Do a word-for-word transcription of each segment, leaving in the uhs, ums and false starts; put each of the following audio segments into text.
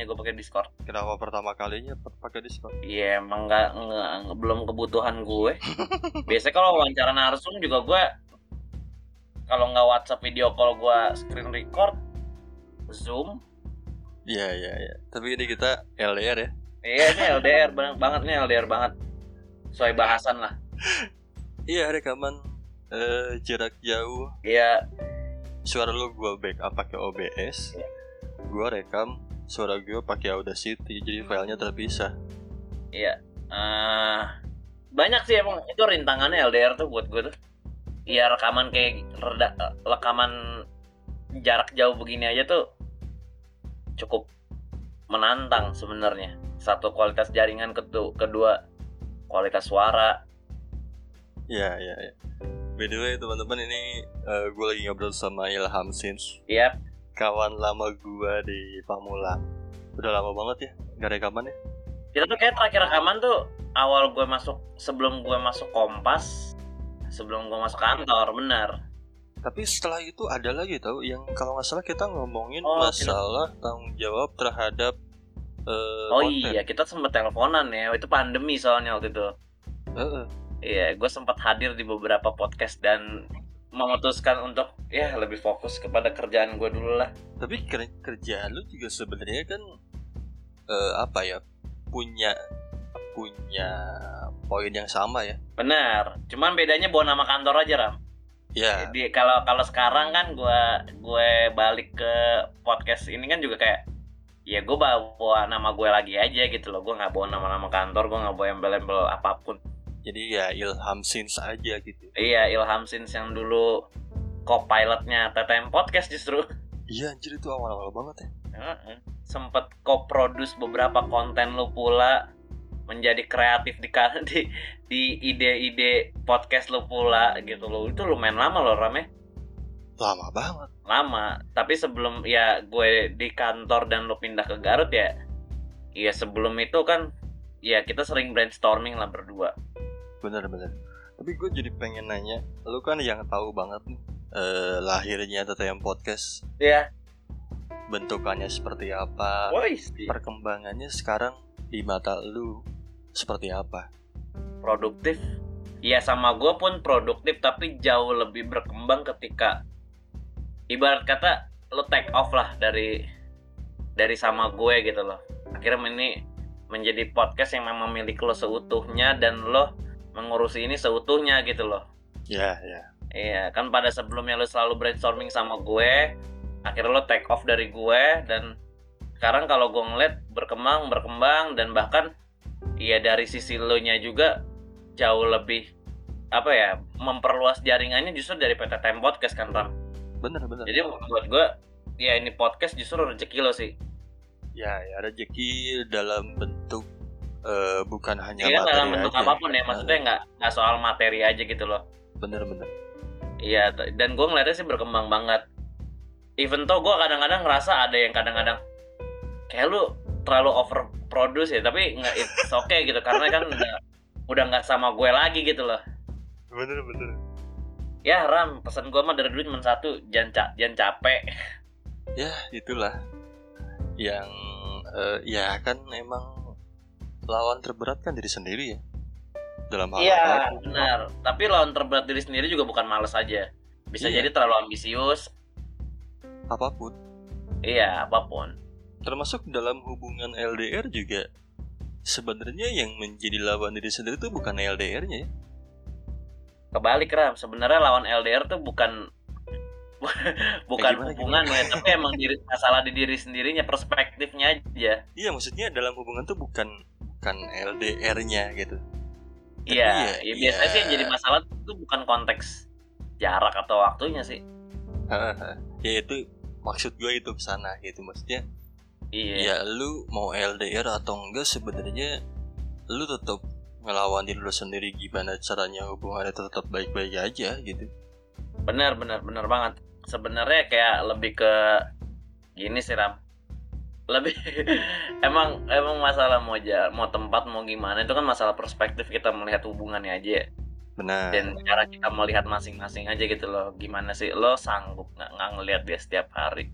kalinya gue pakai Discord. Kenapa pertama kalinya pakai Discord? Iya, yeah, emang nggak belum kebutuhan gue. Biasanya kalau wawancara narsum juga gue kalau nggak WhatsApp video call gue screen record, Zoom. Iya iya iya. Tapi ini kita L D R ya. Iya ini L D R banget, banget nih L D R banget. Sesuai bahasan lah. Iya rekaman uh, jarak jauh. Iya. Suara lu gue backup pakai O B S, yeah. Gue rekam suara gue pakai Audacity, jadi filenya terpisah. Iya, uh, banyak sih emang itu rintangannya L D R tuh buat gue tuh. Iya rekaman kayak reda, rekaman jarak jauh begini aja tuh cukup menantang sebenarnya. Satu kualitas jaringan, kedua kualitas suara. Iya iya. Ya. By the way teman-teman ini uh, gue lagi ngobrol sama Ilham Sins. Iya. Yep. Kawan lama gue di Pamulang. Udah lama banget ya nggak rekaman ya. Kita tuh kayak terakhir rekaman tuh awal gue masuk, sebelum gue masuk Kompas, sebelum gue masuk kantor, benar. Tapi setelah itu ada lagi tau yang kalau nggak salah kita ngomongin oh, masalah kita... tanggung jawab terhadap uh, Oh konten. Iya kita sempet teleponan ya, itu pandemi soalnya waktu itu. Uh-uh. Iya, gue sempat hadir di beberapa podcast dan memutuskan untuk ya lebih fokus kepada kerjaan gue dulu lah. Tapi kerjaan lu juga sebenarnya kan uh, apa ya punya punya poin yang sama ya. Benar, cuman bedanya bawa nama kantor aja Ram. Ya. Jadi kalau kalau sekarang kan gue gue balik ke podcast ini kan juga kayak ya gue bawa nama gue lagi aja gitu loh. Gue nggak bawa nama-nama kantor, gue nggak bawa embel-embel apapun. Jadi ya Ilham Sins aja gitu. Iya, Ilham Sins yang dulu co-pilotnya T T M Podcast justru. Iya anjir itu awal-awal banget ya. Uh-uh. Sempet co-produce beberapa konten lu pula, menjadi kreatif di di, di ide-ide podcast lu pula gitu loh. Itu lumayan lama loh Rame. Lama banget. Lama, tapi sebelum ya gue di kantor dan lu pindah ke Garut ya. Iya sebelum itu kan ya kita sering brainstorming lah berdua. Bener-bener. Tapi gue jadi pengen nanya, lu kan yang tahu banget nih uh, lahirnya T T M Podcast. Iya. Bentukannya seperti apa? Woy, perkembangannya sekarang di mata lu seperti apa? Produktif. Ya sama gue pun produktif, tapi jauh lebih berkembang ketika ibarat kata lu take off lah dari dari sama gue gitu loh. Akhirnya ini menjadi podcast yang memang milik lo seutuhnya dan lo mengurusi ini seutuhnya gitu loh. Iya, iya. Iya, kan pada sebelumnya lo selalu brainstorming sama gue, akhirnya lo take off dari gue, dan sekarang kalau gue ngeliat berkembang, berkembang, dan bahkan ya dari sisi lo nya juga jauh lebih apa ya, memperluas jaringannya justru dari P T T M Podcast kan Ram. Bener, bener. Jadi buat gue, ya ini podcast justru rezeki lo sih. Ya, ya rezeki dalam bentuk Uh, bukan hanya ya, materi dalam bentuk aja. apapun ya, maksudnya nggak nggak soal materi aja gitu loh. Bener-bener. Iya, dan gue ngeliatnya sih berkembang banget. Even though gue kadang-kadang ngerasa ada yang kadang-kadang kayak lu terlalu overproduce ya, tapi nggak, it's okay gitu karena kan udah udah nggak sama gue lagi gitu loh. Bener-bener. Ya Ram, pesan gue mah dari dulu cuma satu, jangan ca- jangan capek. Ya itulah yang uh, ya kan emang lawan terberat kan diri sendiri ya dalam hal iya, apapun. Benar. Tapi lawan terberat diri sendiri juga bukan malas aja. Bisa iya. jadi terlalu ambisius. Apapun. Iya, apapun. Termasuk dalam hubungan L D R juga sebenarnya yang menjadi lawan diri sendiri itu bukan L D R-nya ya. Kebalik Ram, sebenarnya lawan L D R tuh bukan bukan eh, gimana, hubungan gimana? Ya, tapi emang diri, masalah di diri sendirinya, perspektifnya aja. Iya, maksudnya dalam hubungan tuh bukan bukan L D R-nya gitu. Iya, ya, ya biasanya ya. Sih yang jadi masalah itu bukan konteks jarak atau waktunya sih. Ya itu maksud gue itu kesana gitu, maksudnya. Iya. Ya lu mau L D R atau enggak sebenarnya lu tetap ngelawan diri lu sendiri, gimana caranya hubungannya tetap baik-baik aja gitu. Benar, benar, benar banget. Sebenarnya kayak lebih ke gini sih Ram. Lebih emang emang masalah mau ja, mau tempat mau gimana itu kan masalah perspektif kita melihat hubungannya aja. Benar. Dan cara kita melihat masing-masing aja gitu loh. Gimana sih lo sanggup nggak nggak ngelihat dia setiap hari?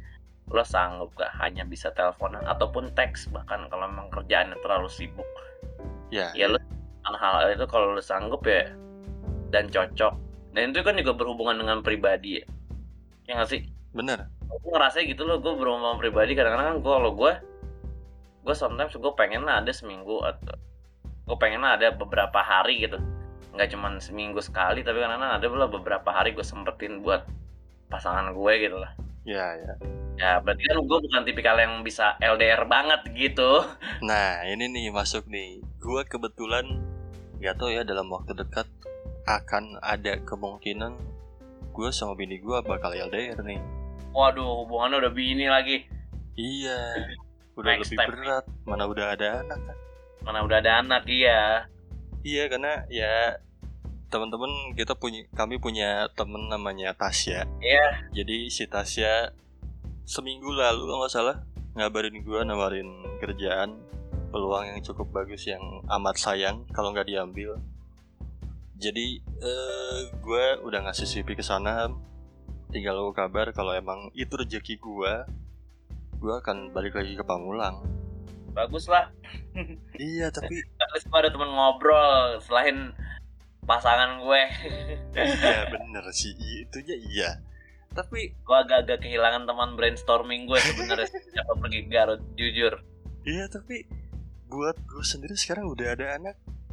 lo sanggup gak hanya bisa teleponan ataupun teks, bahkan kalau memang kerjaannya terlalu sibuk. Ya, Ya lo hal-hal itu kalau lo sanggup ya dan cocok. Dan itu kan juga berhubungan dengan pribadi ya. Ya nggak sih? bener. Gue ngerasa gitu loh, gue berhubungan pribadi kadang-kadang kan gue kalau gue gue sometimes gue pengen lah ada seminggu atau gue pengen lah ada beberapa hari gitu, nggak cuma seminggu sekali tapi kadang-kadang ada lah beberapa hari gue sempetin buat pasangan gue gitu lah. Ya, ya. Ya berarti kan gue bukan tipikal yang bisa L D R banget gitu. Nah, ini nih masuk nih. Gua kebetulan nggak tahu ya dalam waktu dekat akan ada kemungkinan gue sama bini gue bakal L D R nih. Waduh, hubungannya udah bini lagi. Iya, udah Next lebih step. berat. Mana udah ada anak kan? Mana udah ada anak, iya. Iya, karena ya teman-teman kita punya, kami punya temen namanya Tasya. Iya. Jadi si Tasya seminggu lalu kalau nggak salah ngabarin gue, nawarin kerjaan, peluang yang cukup bagus yang amat sayang kalau nggak diambil. Jadi eh, gue udah ngasih C V ke sana, tinggal lo kabar kalau emang itu rezeki gue, gue akan balik lagi ke Pamulang. Bagus lah. Iya, tapi At least gue ada temen ngobrol selain pasangan gue. iya bener sih, itunya iya. Tapi Gue agak-agak kehilangan teman brainstorming gue sebenarnya siapa pergi ke Garut, jujur. iya tapi buat gue sendiri sekarang udah ada anak.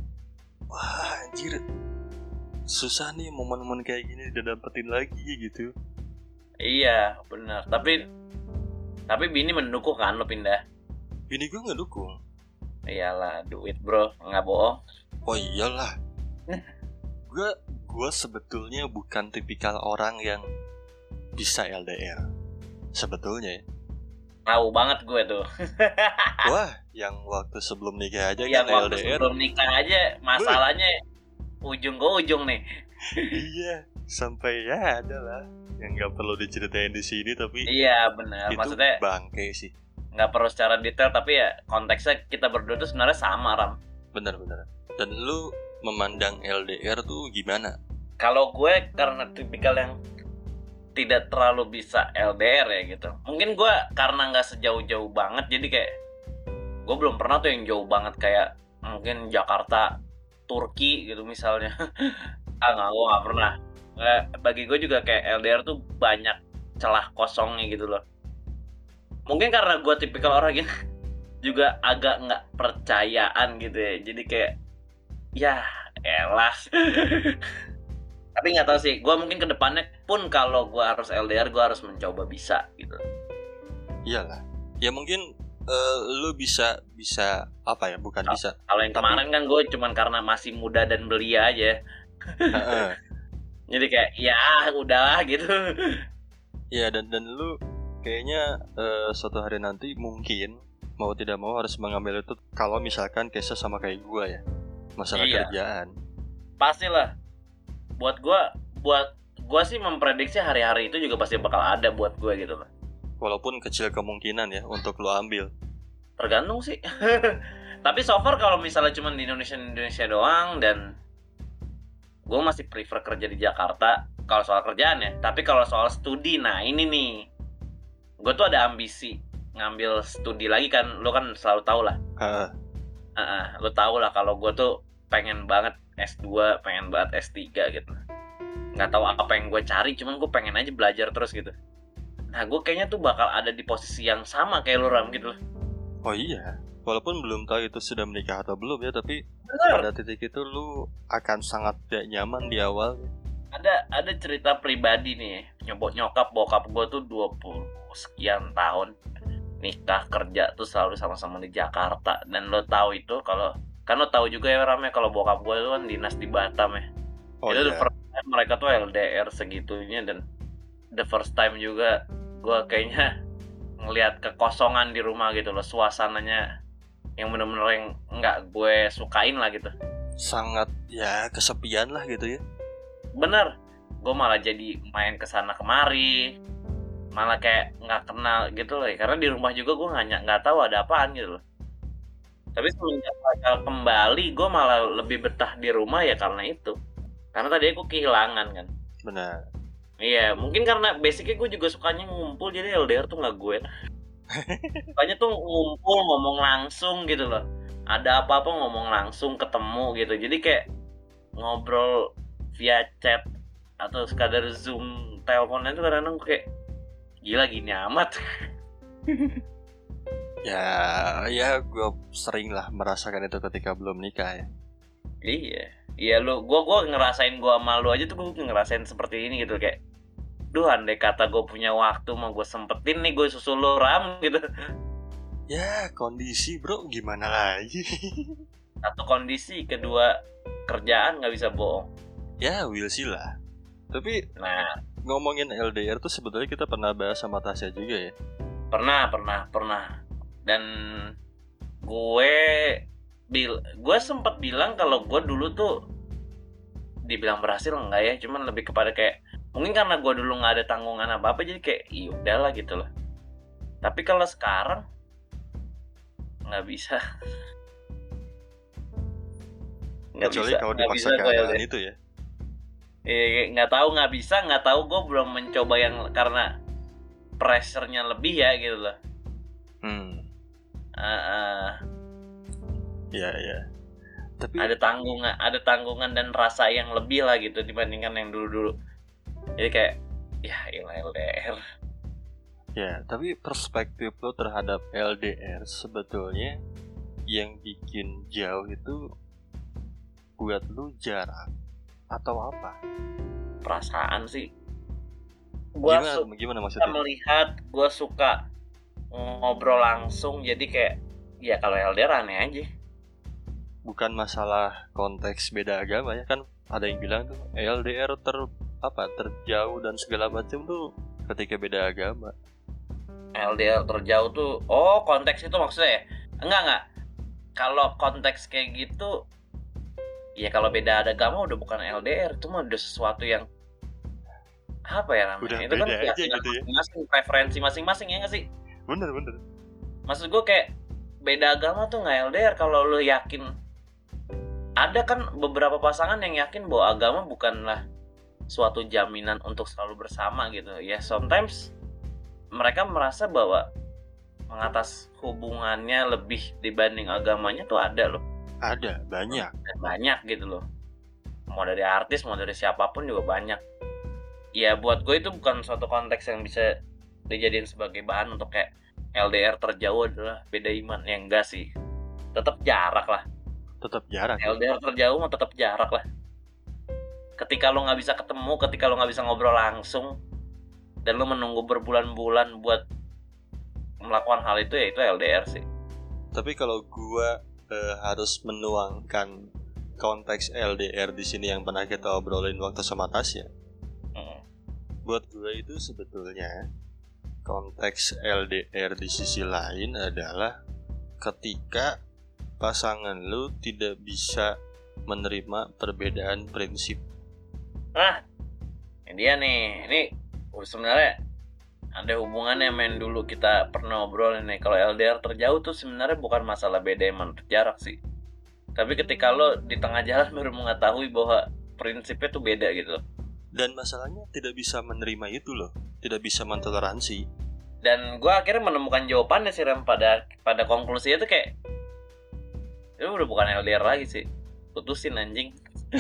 Wah anjir, susah nih momen-momen kayak gini udah dapetin lagi gitu. Iya, benar. Tapi tapi bini mendukung kan lo pindah. Bini gue ngedukung. Iyalah, duit bro, nggak bohong. Oh iyalah. Gue gue sebetulnya bukan tipikal orang yang bisa L D R. Sebetulnya ya. Tahu banget gue tuh. Wah, yang waktu sebelum nikah aja Yang kan waktu L D R. sebelum nikah aja masalahnya ujung ke ujung nih. Iya, sampai ya ada lah yang nggak perlu diceritain di sini tapi Iya benar. itu Maksudnya bangke sih. nggak perlu secara detail tapi ya konteksnya kita berdua tuh sebenarnya sama, Ram. Benar-benar. Dan lu memandang L D R tuh gimana? Kalau gue karena tipikal yang tidak terlalu bisa L D R ya gitu. Mungkin gue karena nggak sejauh-jauh banget jadi kayak gue belum pernah tuh yang jauh banget kayak mungkin Jakarta Turki gitu misalnya. ah nggak, gue nggak pernah. Nggak, bagi gue juga kayak L D R tuh banyak celah kosongnya gitu loh. Mungkin karena gue tipikal orang yang juga agak nggak percayaan gitu ya. Jadi kayak ya elah. Tapi nggak tahu sih. Gue mungkin kedepannya pun kalau gue harus L D R gue harus mencoba bisa gitu. Iyalah. Ya mungkin uh, lu bisa bisa apa ya? Bukan bisa. Kalau yang Tapi- kemarin kan gue cuman karena masih muda dan belia aja. Heeh. Jadi kayak ya udah gitu. Iya, dan dan lu kayaknya uh, suatu hari nanti mungkin mau tidak mau harus mengambil itu kalau misalkan case sama kayak gua ya. Masalah Iya. kerjaan. Pastilah. Buat gue, buat gue sih memprediksi hari-hari itu juga pasti bakal ada buat gue gitu loh. Walaupun kecil kemungkinan ya untuk lu ambil. Tergantung sih. Tapi so far kalau misalnya cuma di Indonesia Indonesia doang dan gue masih prefer kerja di Jakarta kalau soal kerjaan ya. Tapi kalau soal studi, nah ini nih, gue tuh ada ambisi ngambil studi lagi kan. Lo kan selalu tahu lah. Heeh. Uh, lo tahu lah kalau gue tuh pengen banget S dua, pengen banget S tiga gitu. Nggak tahu apa yang gue cari, cuman gue pengen aja belajar terus gitu. Nah gue kayaknya tuh bakal ada di posisi yang sama kayak lo, Ram, gitu loh. Oh iya. Walaupun belum tahu itu sudah menikah atau belum ya, tapi Bener. pada titik itu lu akan sangat tidak nyaman di awal. Ada ada cerita pribadi nih, nyobok nyokap bokap gue tuh dua puluh sekian tahun nikah kerja tuh selalu sama-sama di Jakarta. Dan lo tahu itu kalau kan lo tahu juga ya Rame kalau bokap gue itu kan dinas di Batam ya. Oh itu the iya. first time mereka tuh L D R segitunya dan the first time juga gue kayaknya ngelihat kekosongan di rumah gitu loh, suasananya yang bener-bener yang nggak gue sukain lah gitu. Sangat ya kesepian lah gitu ya. Bener, gue malah jadi main kesana kemari, malah kayak nggak kenal gitu loh ya. Karena di rumah juga gue nggak nggak tahu ada apaan gitu loh. Tapi semenjak mereka kembali, gue malah lebih betah di rumah ya karena itu. Karena tadi aku kehilangan kan. Benar. Iya, mungkin karena basicnya gue juga sukanya ngumpul, jadi L D R tuh nggak gue. Sukanya tuh ngumpul ngomong langsung gitu loh. Ada apa-apa ngomong langsung ketemu gitu. Jadi kayak ngobrol via chat atau sekadar zoom teleponnya tuh kadang-kadang kayak gila gini amat. Ya, ya gue sering lah merasakan itu ketika belum nikah ya. Iya, iya lu, gue gue ngerasain gue malu aja tuh gue ngerasain seperti ini gitu kayak, duh andai kata gue punya waktu mau gue sempetin nih gue susul lu Ram gitu. Ya kondisi bro, gimana lagi? Satu kondisi, kedua kerjaan nggak bisa bohong. Ya will see lah. Tapi Nah, ngomongin L D R tuh sebetulnya kita pernah bahas sama Tasya juga ya. pernah pernah pernah dan gue bil gue sempat bilang kalau gue dulu tuh dibilang berhasil enggak ya, cuman lebih kepada kayak mungkin karena gue dulu nggak ada tanggungan apa apa jadi kayak iya udahlah gitu loh. Tapi kalau sekarang nggak bisa, nggak Kecuali bisa kalau nggak dipaksa bisa gue keadaan itu ya. eh nggak tahu nggak bisa nggak tahu gue belum mencoba yang karena pressure-nya lebih ya gitu loh. Hmm, Ah, ah. ya ya. Tapi ada tanggungan ada tanggungan dan rasa yang lebih lah gitu dibandingkan yang dulu-dulu. Jadi kayak ya ilah L D R. ya, tapi perspektif lo terhadap L D R sebetulnya yang bikin jauh itu buat lo jarak atau apa? Perasaan sih. Gua Gimana, suka gimana maksudnya? melihat, gua suka ngobrol langsung jadi kayak ya kalau L D R aneh aja. Bukan masalah konteks beda agama ya kan, ada yang bilang tuh L D R ter apa terjauh dan segala macam tuh ketika beda agama. L D R terjauh tuh oh konteks itu maksudnya ya? Enggak enggak. Kalau konteks kayak gitu ya kalau beda agama udah bukan L D R, itu mah udah sesuatu yang apa ya namanya? Udah Itu kan beda aja keyakinan gitu ya. masing-masing, preferensi masing-masing ya nggak sih? Bener bener. Maksud gue kayak beda agama tuh nggak L D R kalau lu yakin. Ada kan beberapa pasangan yang yakin bahwa agama bukanlah suatu jaminan untuk selalu bersama gitu. Ya sometimes mereka merasa bahwa mengatas hubungannya lebih dibanding agamanya tuh ada loh. Ada banyak. Dan banyak gitu loh. Mau dari artis, mau dari siapapun juga banyak. Ya buat gue itu bukan suatu konteks yang bisa dijadiin sebagai bahan untuk kayak L D R terjauh adalah beda iman. Ya enggak sih. Tetap jarak lah. Tetap jarak. L D R terjauh mah tetap jarak lah. Ketika lo nggak bisa ketemu, ketika lo nggak bisa ngobrol langsung, dan lo menunggu berbulan-bulan buat melakukan hal itu, ya itu L D R sih. Tapi kalau gua eh, harus menuangkan konteks L D R di sini yang pernah kita obrolin waktu sama Tasya, Hmm. buat gua itu sebetulnya konteks L D R di sisi lain adalah ketika pasangan lu tidak bisa menerima perbedaan prinsip. Nah, ini dia nih. Ini sebenarnya ada hubungannya main dulu kita pernah obrolin nih. Kalau L D R terjauh tuh sebenarnya bukan masalah beda iman jarak sih. Tapi ketika lo di tengah jalan baru mengetahui bahwa prinsipnya tuh beda gitu. Dan masalahnya tidak bisa menerima itu loh, tidak bisa mentoleransi. Dan gue akhirnya menemukan jawabannya sih Ram, pada pada konklusinya tuh kayak itu udah bukan L D R lagi sih, putusin anjing.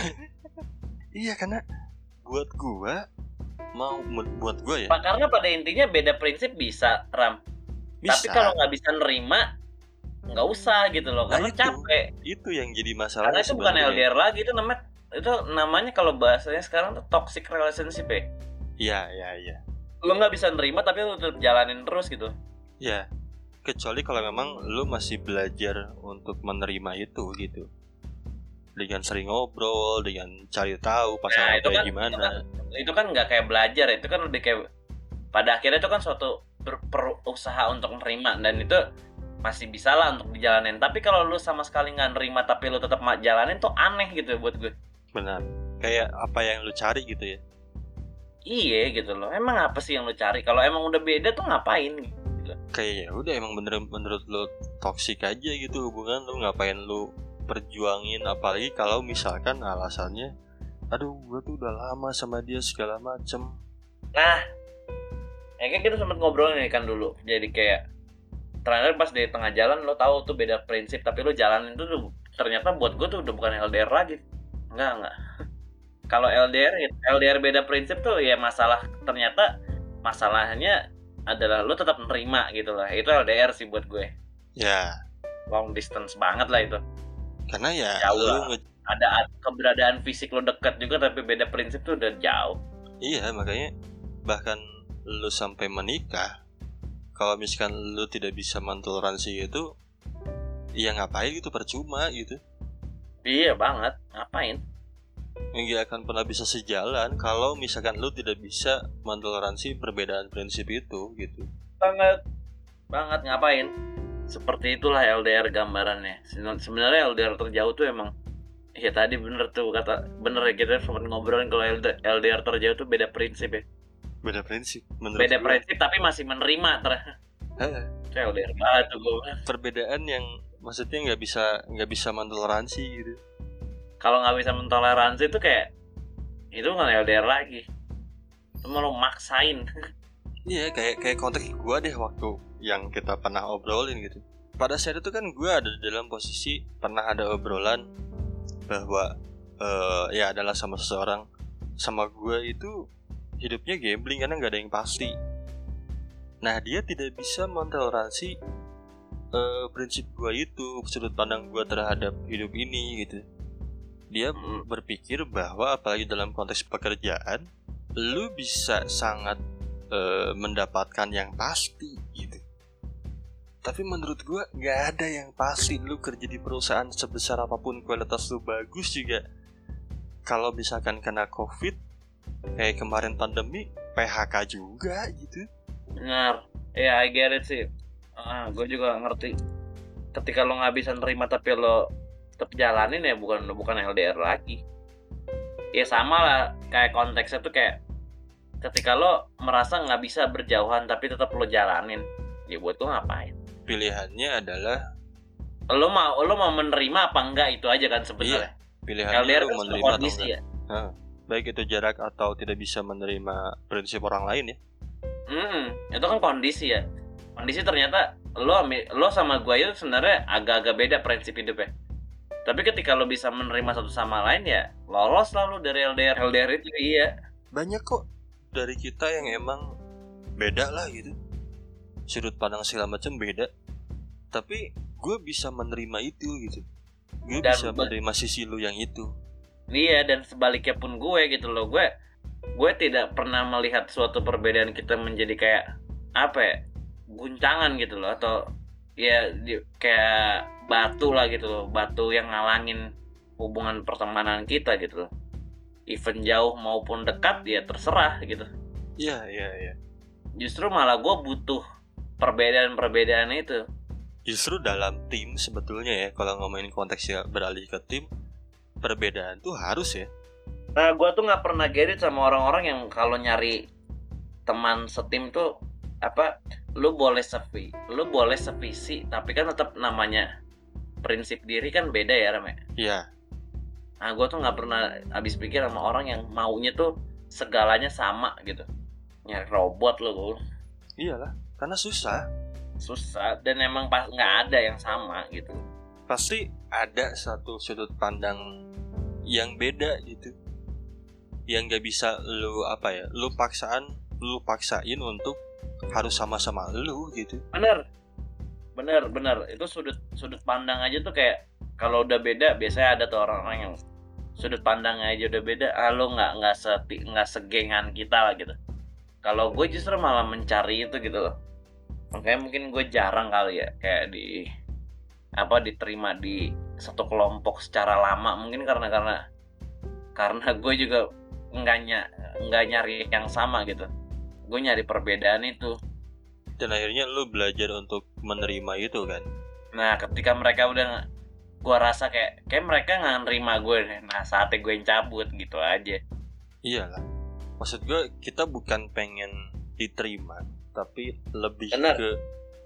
Iya, karena buat gua mau buat gua ya Pak, karena pada intinya beda prinsip bisa Ram, bisa. tapi kalau nggak bisa nerima nggak usah gitu loh, Nah, karena itu. capek. Itu yang jadi masalah. Karena itu bukan L D R lagi, itu namanya itu namanya kalau bahasanya sekarang tuh toxic relationship ya. Iya, iya, iya. Lo nggak bisa nerima tapi lo tetap jalanin terus gitu. Ya, kecuali kalau memang lu masih belajar untuk menerima itu gitu. Dengan sering ngobrol, dengan cari tahu pasangan Nah, itu kayak kan, gimana. itu kan itu kan nggak kayak belajar, itu kan lebih kayak pada akhirnya itu kan suatu ber- berusaha untuk menerima, dan itu masih bisa lah untuk dijalanin. Tapi kalau lu sama sekali nggak nerima tapi lu tetap ma- jalanin tuh aneh gitu buat gue. Benar. Kayak apa yang lu cari gitu ya. Iya gitu loh. Emang apa sih yang lu cari? Kalau emang udah beda tuh ngapain gitu. Kayak ya udah emang bener menurut lu toksik aja gitu hubungan lu, ngapain lu perjuangin, apalagi kalau misalkan alasannya aduh gue tuh udah lama sama dia segala macem. Nah, ya kan kita sempat ngobrol nih kan dulu. Jadi kayak terakhir pas di tengah jalan lo tahu tuh beda prinsip, tapi lo jalanin tuh, tuh ternyata buat gue tuh udah bukan L D R lagi. Enggak, enggak. Kalau L D R, L D R beda prinsip tuh ya masalah, ternyata masalahnya adalah lo tetap menerima gitu lah. Itu L D R sih buat gue. Ya. Long distance banget lah itu. Karena ya jauh lu lah. nge- Ada keberadaan fisik lo dekat juga tapi beda prinsip tuh udah jauh. Iya, makanya bahkan lu sampai menikah, kalau misalkan lu tidak bisa mentoleransi itu, ya ngapain gitu, percuma gitu. Iya banget, ngapain? Nggak akan pernah bisa sejalan kalau misalkan lu tidak bisa mentoleransi perbedaan prinsip itu gitu. Banget, banget ngapain? Seperti itulah L D R gambarannya. Sebenarnya L D R terjauh tuh emang, ya tadi bener tuh kata, bener ya kita sempat ngobrolin kalau L D R terjauh tuh beda prinsip ya. Beda prinsip. Menurut Beda gue. prinsip tapi masih menerima ternyata. Itu L D R banget tuh gue. Perbedaan yang maksudnya nggak bisa nggak bisa mentoleransi gitu. Kalau nggak bisa mentoleransi itu kayak itu nggak L D R lagi. Itu mau lo maksain. Iya, kayak kayak konteks gue deh waktu yang kita pernah obrolin gitu. Pada saat itu kan gue ada dalam posisi pernah ada obrolan bahwa uh, ya adalah sama seseorang, sama gue itu hidupnya gambling karena nggak ada yang pasti. Nah dia tidak bisa mentoleransi uh, prinsip gue itu, sudut pandang gue terhadap hidup ini gitu. Dia Hmm. berpikir bahwa apalagi dalam konteks pekerjaan, lu bisa sangat uh, mendapatkan yang pasti gitu. Tapi menurut gue nggak ada yang pasti. Lu kerja di perusahaan sebesar apapun, kualitas lu bagus juga, kalau misalkan kena covid kayak kemarin pandemi, P H K juga gitu. Benar. Ya, I get it sih. Ah, gue juga ngerti. Ketika lo nggak bisa nerima tapi lo tetap jalanin ya bukan bukan L D R lagi. Ya sama lah kayak konteksnya tuh kayak ketika lo merasa nggak bisa berjauhan tapi tetap lo jalanin, ya buat gue ngapain? Pilihannya adalah Lo mau lo mau menerima apa enggak, itu aja kan sebenarnya. pilihannya L D R lu kan menerima suatu atau kondisi enggak. ya. Nah, baik itu jarak atau tidak bisa menerima prinsip orang lain ya. Hmm, itu kan kondisi ya. Kondisi ternyata lo ambil- lo sama gue itu sebenarnya agak-agak beda prinsip hidupnya. Tapi ketika lo bisa menerima satu sama lain ya lolos lah lo dari L D R. L D R itu iya. Banyak kok dari kita yang emang beda lah gitu, sudut pandang segala macam beda, tapi gue bisa menerima itu gitu. Gue Dan bisa be- menerima sisi lu yang itu. Iya, dan sebaliknya pun gue gitu loh. Gue gue tidak pernah melihat suatu perbedaan kita menjadi kayak apa ya, guncangan gitu loh, atau ya di, kayak batu lah gitu loh, batu yang ngalangin hubungan pertemanan kita gitu loh. Even jauh maupun dekat ya terserah gitu. Iya iya iya. Justru malah gue butuh perbedaan-perbedaan itu. Justru dalam tim sebetulnya ya, kalau ngomongin konteksnya beralih ke tim, perbedaan tuh harus ya. Nah, gue tuh nggak pernah gerit sama orang-orang yang kalau nyari teman setim tuh apa, lu boleh sevi, lu boleh sevisi, tapi kan tetap namanya prinsip diri kan beda ya, Ram ya. Iya. Nah, gue tuh nggak pernah habis pikir sama orang yang maunya tuh segalanya sama gitu. Nyari robot lo, gue Iyalah, karena susah. susah, dan emang pas nggak ada yang sama gitu. Pasti ada satu sudut pandang yang beda gitu, yang gak bisa lu apa ya, lu paksaan, lu paksain untuk harus sama-sama lu gitu. Bener, bener, bener. Itu sudut sudut pandang aja tuh kayak kalau udah beda biasanya ada tuh orang-orang yang sudut pandangnya aja udah beda. Ah, lo nggak nggak seti nggak segengan kita lah gitu. Kalau gue justru malah mencari itu gitu loh. Makanya mungkin gue jarang kali ya kayak di apa diterima di satu kelompok secara lama, mungkin karena karena karena gue juga nggak ny- nggak nyari yang sama gitu. Gue nyari perbedaan itu. Dan akhirnya lu belajar untuk menerima itu kan. Nah, ketika mereka udah, gue rasa kayak kayak mereka nggak nerima gue deh. Nah, saatnya gue yang cabut gitu aja. Iyalah, maksud gue kita bukan pengen diterima, tapi lebih Bener. ke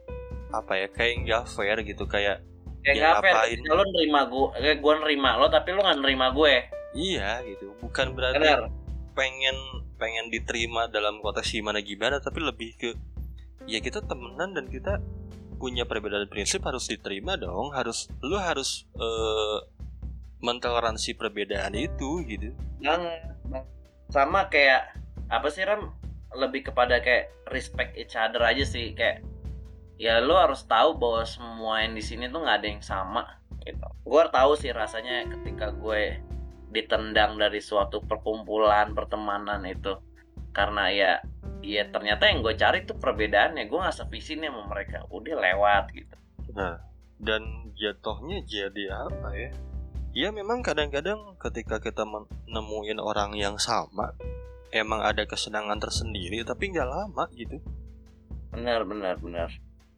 apa ya, kayak nggak fair gitu, kayak Kayak ya nggak fair. ngapain? Ketika lo nerima gue, kayak gue nerima lo, tapi lo nggak nerima gue. iya gitu. Bukan berarti Bener. pengen pengen diterima dalam konteks gimana gimana, tapi lebih ke ya kita temenan dan kita punya perbedaan prinsip, harus diterima dong, harus lu harus uh, mentoleransi perbedaan itu gitu. Banget. Sama kayak apa sih Ram, lebih kepada kayak respect each other aja sih, kayak ya lu harus tahu bahwa semua yang di sini tuh nggak ada yang sama gitu. Gue tahu sih rasanya ketika gue ditendang dari suatu perkumpulan pertemanan itu, karena ya ya ternyata yang gue cari tuh perbedaannya, gue nggak sevisi nih sama mereka, udah lewat gitu. Nah, dan jatuhnya jadi apa ya? Ya memang kadang-kadang ketika kita menemuin orang yang sama, emang ada kesenangan tersendiri, tapi nggak lama gitu. Benar, benar, benar.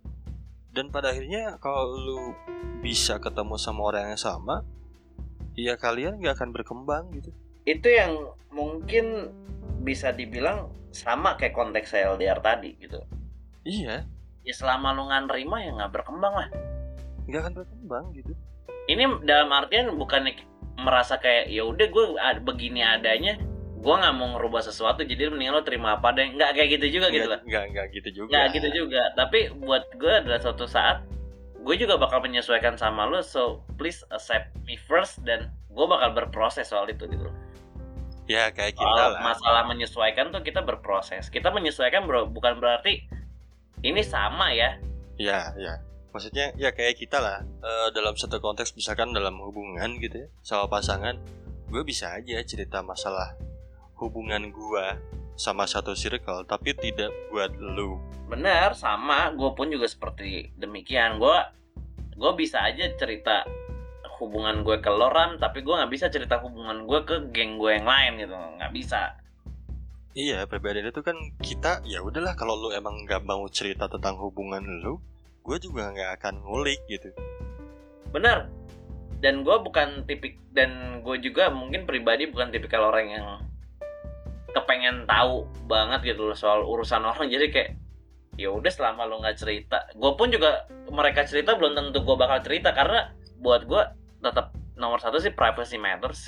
Dan pada akhirnya kalau lu bisa ketemu sama orang yang sama, ya kalian nggak akan berkembang gitu. Itu yang mungkin bisa dibilang sama kayak konteks L D R tadi gitu. Iya. Ya selama lu nggak nerima ya nggak berkembang lah. Nggak akan berkembang gitu. Ini dalam artian bukan merasa kayak ya udah gue begini adanya, gue nggak mau ngerubah sesuatu, jadi mendingan lo terima apa deh. Nggak kayak gitu juga. Nggak, gitu lah. Nggak nggak gitu juga. Nggak gitu juga. Tapi buat gue adalah suatu saat gue juga bakal menyesuaikan sama lo, so please accept me first, dan gue bakal berproses soal itu gitu. Ya kayak kita soal lah. Masalah menyesuaikan tuh kita berproses. Kita menyesuaikan bro, bukan berarti ini sama ya. Ya ya. Maksudnya ya kayak kita lah, e, dalam satu konteks misalkan dalam hubungan gitu ya, sama pasangan, gue bisa aja cerita masalah hubungan gue sama satu circle, tapi tidak buat lu. Benar, sama. Gue pun juga seperti demikian. Gue gue bisa aja cerita hubungan gue ke Loran, tapi gue nggak bisa cerita hubungan gue ke geng gue yang lain gitu, nggak bisa. Iya, perbedaan itu kan kita ya udahlah, kalau lu emang nggak mau cerita tentang hubungan lu, gue juga nggak akan ngulik gitu. Benar. Dan gue bukan tipik, dan gue juga mungkin pribadi bukan tipikal orang yang kepengen tahu banget gitu loh soal urusan orang. Jadi kayak ya udah selama lo nggak cerita, gue pun juga mereka cerita belum tentu gue bakal cerita, karena buat gue tetap nomor satu sih privacy matters.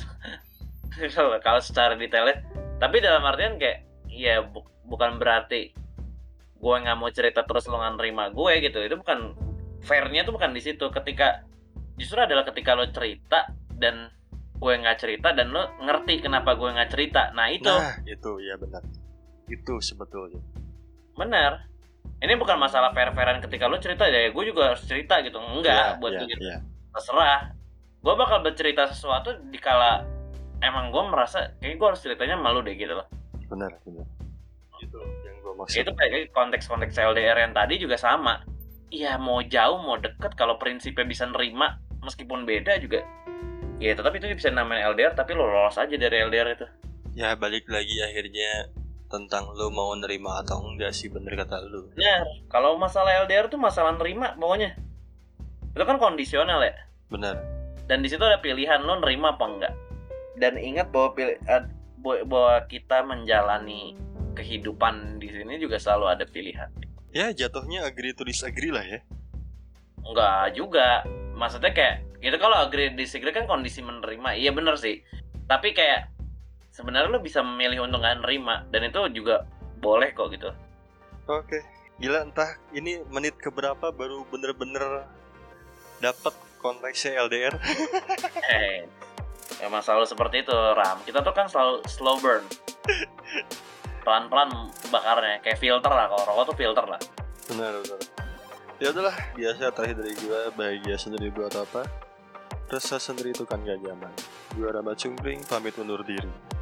Kalau secara detailnya, tapi dalam artian kayak ya bu- bukan berarti gue nggak mau cerita terus lo nggak nerima gue gitu. Itu bukan fairnya, tuh bukan di situ. Ketika justru adalah ketika lo cerita dan gue nggak cerita, dan lo ngerti kenapa gue nggak cerita. Nah itu. Nah itu ya benar. Itu sebetulnya. Benar. Ini bukan masalah fair-fairan ketika lo cerita ya gue juga harus cerita gitu. Enggak, ya, buat ya, gue gitu. Ya. Terserah. Gue bakal bercerita sesuatu dikala emang gue merasa kayak gue harus ceritanya malu deh gitu loh. Benar, benar. Itu yang gue maksud. Itu kayak konteks-konteks L D R yang tadi juga sama. Iya, mau jauh mau deket, kalau prinsipnya bisa nerima meskipun beda juga, ya tetap itu bisa namanya L D R, tapi lo lolos aja dari L D R itu. Ya balik lagi akhirnya tentang lo mau nerima atau enggak sih, bener kata lo. Benar. Kalau masalah L D R tuh masalah nerima pokoknya. Itu kan kondisional ya. Benar. Dan di situ ada pilihan lo nerima apa enggak. Dan ingat bahwa pilih, bahwa kita menjalani kehidupan di sini juga selalu ada pilihan. Ya jatuhnya agree to disagree lah ya. Enggak juga. Maksudnya kayak itu kalau agree disagree kan kondisi menerima. Iya bener sih. Tapi kayak sebenarnya lo bisa memilih untuk nggak nerima, dan itu juga boleh kok gitu. Oke. Gila, entah ini menit keberapa baru bener-bener dapat konteksnya L D R. Hei, emang selalu seperti itu Ram. Kita tuh kan selalu slow burn, pelan-pelan bakarnya, kayak filter lah. Kalau rokok tuh filter lah. Benar, benar. Ya udahlah, biasa terakhir dari gue, bahagia sendiri buat apa? Resah sendiri itu kan gak nyaman. Gue Rama Cungkring, pamit undur diri.